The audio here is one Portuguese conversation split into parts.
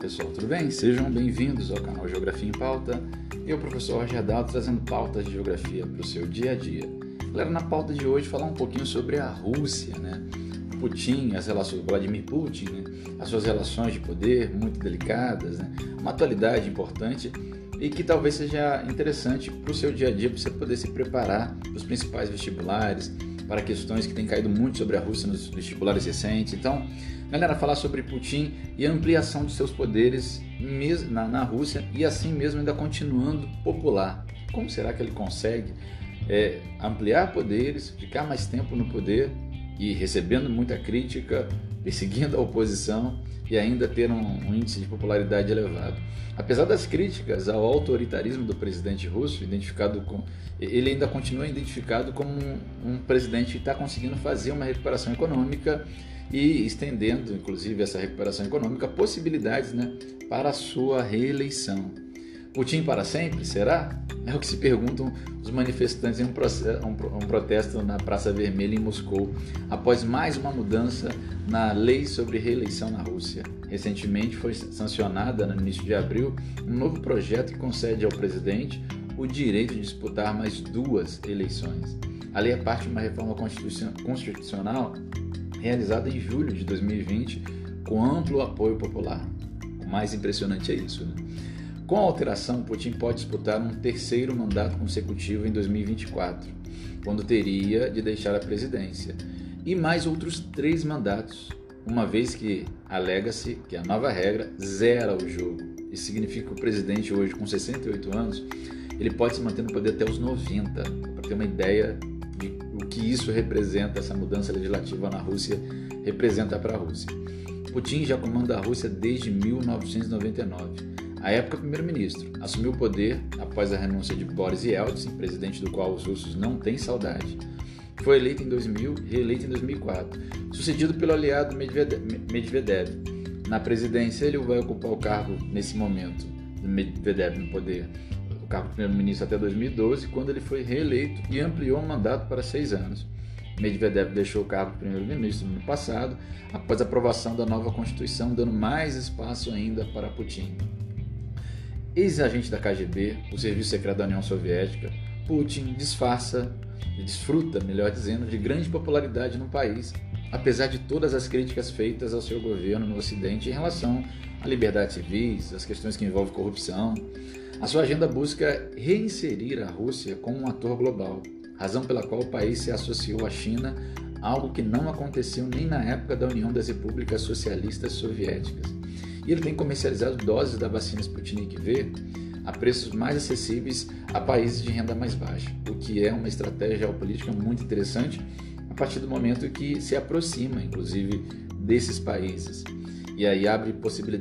pessoal, tudo bem? Sejam bem-vindos ao canal Geografia em Pauta. Eu, professor Roger Dalto, trazendo pautas de geografia para o seu dia a dia. Galera, na pauta de hoje, falar um pouquinho sobre a Rússia, né? Putin, as relações do Vladimir Putin, né? As suas relações de poder muito delicadas, né? Uma atualidade importante e que talvez seja interessante para o seu dia a dia, para você poder se preparar para os principais vestibulares, para questões que têm caído muito sobre a Rússia nos vestibulares recentes. Então, galera, falar sobre Putin e a ampliação de seus poderes na Rússia e assim mesmo ainda continuando popular. Como será que ele consegue ampliar poderes, ficar mais tempo no poder e recebendo muita crítica, perseguindo a oposição e ainda ter um índice de popularidade elevado? Apesar das críticas ao autoritarismo do presidente russo, ele ainda continua identificado como um presidente que está conseguindo fazer uma recuperação econômica e estendendo, inclusive, essa recuperação econômica, possibilidades, né, para a sua reeleição. Putin para sempre? Será? É o que se perguntam os manifestantes em um protesto na Praça Vermelha em Moscou, após mais uma mudança na lei sobre reeleição na Rússia. Recentemente foi sancionada, no início de abril, um novo projeto que concede ao presidente o direito de disputar mais 2 eleições. A lei é parte de uma reforma constitucional realizada em julho de 2020, com amplo apoio popular. O mais impressionante é isso, né? Com a alteração, Putin pode disputar um 3º mandato consecutivo em 2024, quando teria de deixar a presidência, e mais outros 3 mandatos, uma vez que alega-se que a nova regra zera o jogo. Isso significa que o presidente hoje, com 68 anos, ele pode se manter no poder até os 90, para ter uma ideia de o que isso representa, essa mudança legislativa na Rússia representa para a Rússia. Putin já comanda a Rússia desde 1999. À época, primeiro-ministro, assumiu o poder após a renúncia de Boris Yeltsin, presidente do qual os russos não têm saudade. Foi eleito em 2000, reeleito em 2004, sucedido pelo aliado Medvedev. Na presidência, ele vai ocupar o cargo, nesse momento, Medvedev no poder, o cargo de primeiro-ministro até 2012, quando ele foi reeleito e ampliou o mandato para 6 anos. Medvedev deixou o cargo de primeiro-ministro no ano passado, após a aprovação da nova Constituição, dando mais espaço ainda para Putin. Ex-agente da KGB, o Serviço Secreto da União Soviética, Putin desfruta, melhor dizendo, de grande popularidade no país, apesar de todas as críticas feitas ao seu governo no Ocidente em relação à liberdade civis, às questões que envolvem corrupção. A sua agenda busca reinserir a Rússia como um ator global, razão pela qual o país se associou à China, algo que não aconteceu nem na época da União das Repúblicas Socialistas Soviéticas. E ele tem comercializado doses da vacina Sputnik V a preços mais acessíveis a países de renda mais baixa, o que é uma estratégia geopolítica muito interessante a partir do momento que se aproxima, inclusive, desses países. E aí abre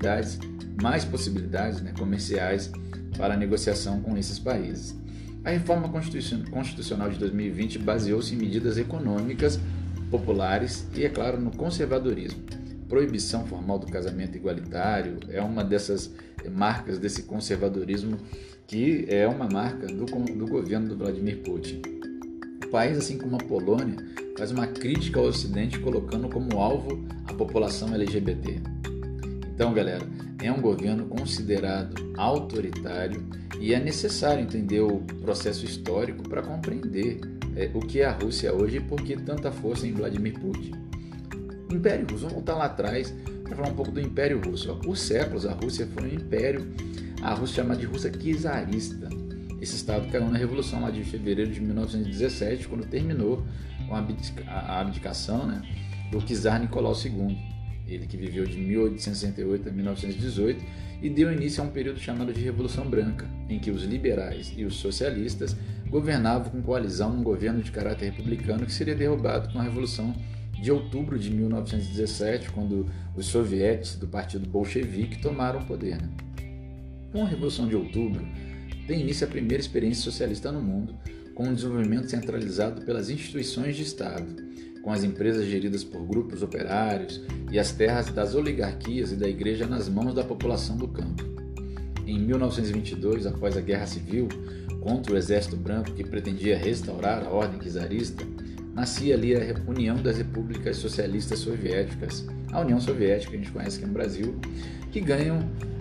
mais possibilidades, né, comerciais para a negociação com esses países. A reforma constitucional de 2020 baseou-se em medidas econômicas populares e, é claro, no conservadorismo. Proibição formal do casamento igualitário é uma dessas marcas desse conservadorismo que é uma marca do governo do Vladimir Putin. O país, assim como a Polônia, faz uma crítica ao Ocidente colocando como alvo a população LGBT. Então, galera, é um governo considerado autoritário e é necessário entender o processo histórico para compreender o que é a Rússia hoje e por que tanta força em Vladimir Putin. Império Russo, vamos voltar lá atrás para falar um pouco do Império Russo. Por séculos a Rússia foi um império, a Rússia chamada de Rússia czarista. Esse estado caiu na Revolução lá de fevereiro de 1917, quando terminou com a abdicação, né, do czar Nicolau II, ele que viveu de 1868 a 1918 e deu início a um período chamado de Revolução Branca, em que os liberais e os socialistas governavam com coalizão um governo de caráter republicano que seria derrubado com a Revolução de outubro de 1917, quando os sovietes do Partido Bolchevique tomaram o poder. Com a Revolução de Outubro, tem início a primeira experiência socialista no mundo, com um desenvolvimento centralizado pelas instituições de Estado, com as empresas geridas por grupos operários e as terras das oligarquias e da igreja nas mãos da população do campo. Em 1922, após a Guerra Civil, contra o Exército Branco que pretendia restaurar a ordem czarista, nascia ali a União das Repúblicas Socialistas Soviéticas, a União Soviética, que a gente conhece aqui no Brasil, que ganham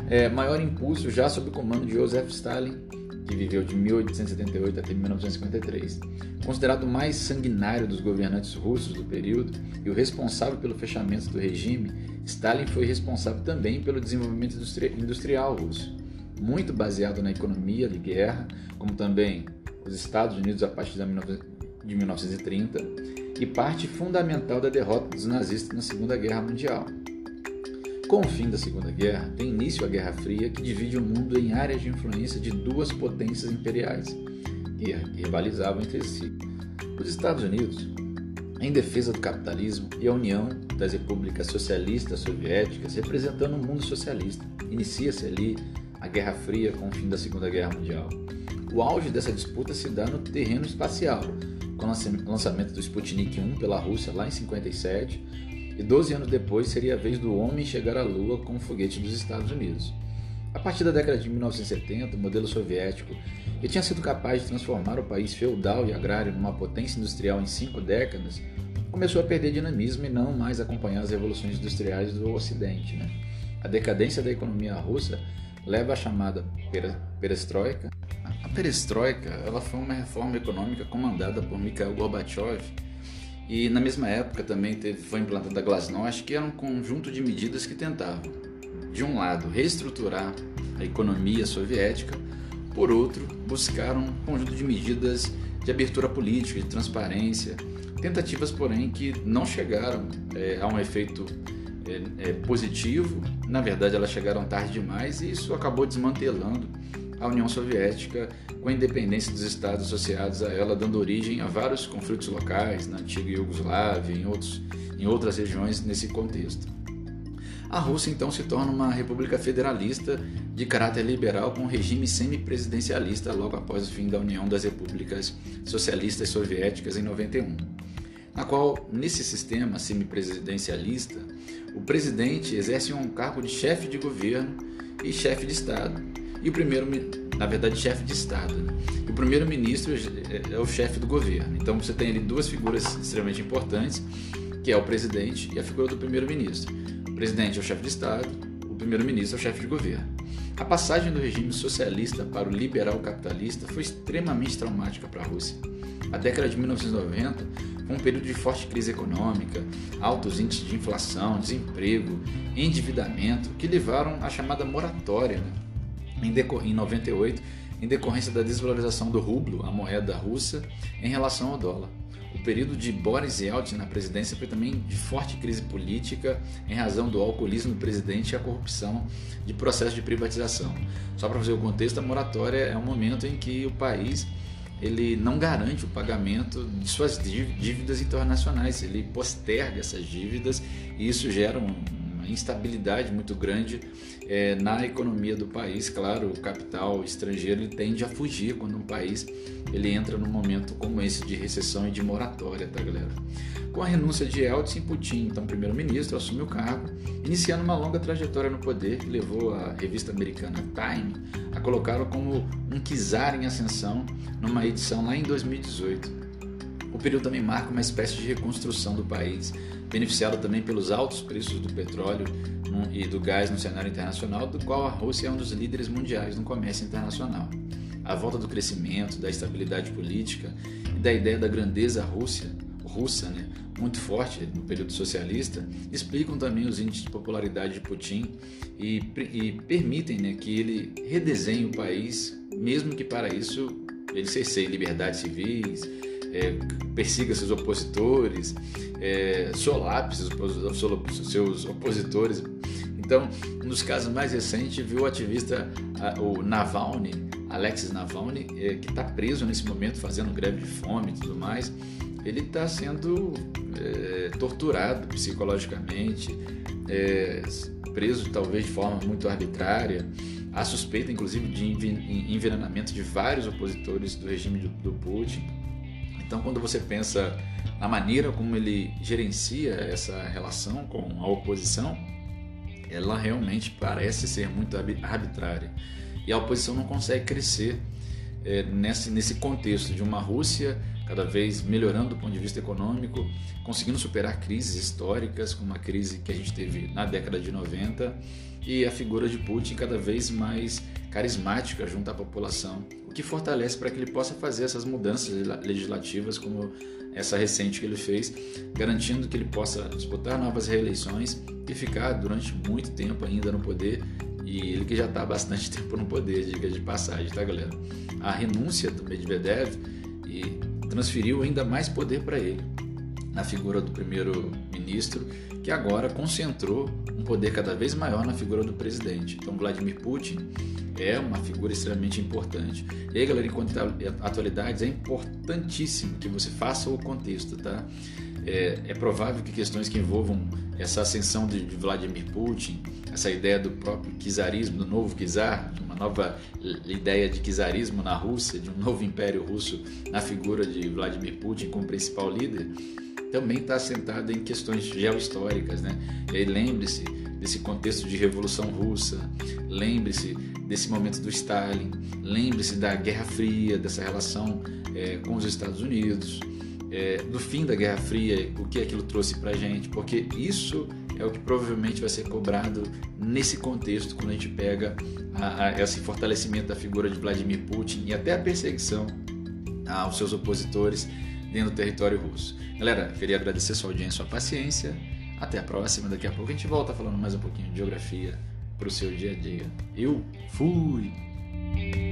Maior impulso já sob o comando de Joseph Stalin, que viveu de 1878 até 1953. Considerado o mais sanguinário dos governantes russos do período e o responsável pelo fechamento do regime, Stalin foi responsável também pelo desenvolvimento industrial russo, muito baseado na economia de guerra, como também os Estados Unidos a partir de 1930, e parte fundamental da derrota dos nazistas na Segunda Guerra Mundial. Com o fim da Segunda Guerra, tem início a Guerra Fria, que divide o mundo em áreas de influência de duas potências imperiais, que rivalizavam entre si. Os Estados Unidos, em defesa do capitalismo, e a União das Repúblicas Socialistas Soviéticas, representando o mundo socialista. Inicia-se ali a Guerra Fria com o fim da Segunda Guerra Mundial. O auge dessa disputa se dá no terreno espacial, com o lançamento do Sputnik 1 pela Rússia lá em 1957, e 12 anos depois seria a vez do homem chegar à Lua com o foguete dos Estados Unidos. A partir da década de 1970, o modelo soviético, que tinha sido capaz de transformar o país feudal e agrário numa potência industrial em 5 décadas, começou a perder dinamismo e não mais acompanhar as revoluções industriais do Ocidente. A decadência da economia russa leva à chamada perestroika. A perestroika ela foi uma reforma econômica comandada por Mikhail Gorbachev, e na mesma época também foi implantada a Glasnost, que era um conjunto de medidas que tentavam, de um lado, reestruturar a economia soviética, por outro, buscar um conjunto de medidas de abertura política, de transparência, tentativas, porém, que não chegaram a um efeito positivo. Na verdade, elas chegaram tarde demais e isso acabou desmantelando a União Soviética, com a independência dos estados associados a ela, dando origem a vários conflitos locais na antiga Iugoslávia e em outras regiões nesse contexto. A Rússia então se torna uma república federalista de caráter liberal com regime semipresidencialista logo após o fim da União das Repúblicas Socialistas Soviéticas em 91, na qual, nesse sistema semipresidencialista, o presidente exerce um cargo de chefe de governo e chefe de Estado, e o chefe de Estado, E o primeiro-ministro é o chefe do governo. Então você tem ali duas figuras extremamente importantes, que é o presidente e a figura do primeiro-ministro. O presidente é o chefe de Estado, o primeiro-ministro é o chefe de governo. A passagem do regime socialista para o liberal capitalista foi extremamente traumática para a Rússia. A década de 1990 foi um período de forte crise econômica, altos índices de inflação, desemprego, endividamento, que levaram à chamada moratória, em 98, em decorrência da desvalorização do rublo, a moeda russa, em relação ao dólar. O período de Boris Yeltsin na presidência foi também de forte crise política em razão do alcoolismo do presidente e a corrupção de processo de privatização. Só para fazer o contexto, a moratória é um momento em que o país ele não garante o pagamento de suas dívidas internacionais, ele posterga essas dívidas e isso gera uma instabilidade muito grande na economia do país. Claro, o capital estrangeiro ele tende a fugir quando um país ele entra num momento como esse de recessão e de moratória, tá, galera? Com a renúncia de Yeltsin, Putin, então primeiro-ministro, assume o cargo, iniciando uma longa trajetória no poder que levou a revista americana Time a colocá-lo como um czar em ascensão numa edição lá em 2018. O período também marca uma espécie de reconstrução do país, beneficiado também pelos altos preços do petróleo e do gás no cenário internacional, do qual a Rússia é um dos líderes mundiais no comércio internacional. A volta do crescimento, da estabilidade política e da ideia da grandeza russa, muito forte no período socialista, explicam também os índices de popularidade de Putin e permitem que ele redesenhe o país, mesmo que para isso ele cerceie liberdades civis, persiga seus opositores, solape seus opositores. Então, um dos casos mais recentes, viu o ativista o Navalny, Alexei Navalny, que está preso nesse momento, fazendo greve de fome e tudo mais. Ele está sendo torturado psicologicamente, preso talvez de forma muito arbitrária. Há suspeita, inclusive, de envenenamento de vários opositores do regime do Putin. Então, quando você pensa na maneira como ele gerencia essa relação com a oposição, ela realmente parece ser muito arbitrária. E a oposição não consegue crescer nesse contexto de uma Rússia cada vez melhorando do ponto de vista econômico, conseguindo superar crises históricas, como a crise que a gente teve na década de 90, e a figura de Putin cada vez mais carismática junto à população, o que fortalece para que ele possa fazer essas mudanças legislativas como essa recente que ele fez, garantindo que ele possa disputar novas reeleições e ficar durante muito tempo ainda no poder, e ele que já está há bastante tempo no poder, diga de passagem, tá, galera? A renúncia do Medvedev e transferiu ainda mais poder para ele, na figura do primeiro-ministro, que agora concentrou um poder cada vez maior na figura do presidente. Então, Vladimir Putin é uma figura extremamente importante. E aí, galera, enquanto atualidades, é importantíssimo que você faça o contexto, tá? É provável que questões que envolvam essa ascensão de Vladimir Putin, essa ideia do próprio czarismo, do novo czar, de uma nova ideia de czarismo na Rússia, de um novo império russo na figura de Vladimir Putin como principal líder, também está assentada em questões geohistóricas, né? E aí lembre-se desse contexto de Revolução Russa, lembre-se desse momento do Stalin, lembre-se da Guerra Fria, dessa relação com os Estados Unidos, do fim da Guerra Fria, o que aquilo trouxe para a gente, porque isso é o que provavelmente vai ser cobrado nesse contexto, quando a gente pega esse fortalecimento da figura de Vladimir Putin e até a perseguição aos seus opositores dentro do território russo. Galera, queria agradecer sua audiência, sua paciência. Até a próxima. Daqui a pouco a gente volta falando mais um pouquinho de geografia para o seu dia a dia. Eu fui!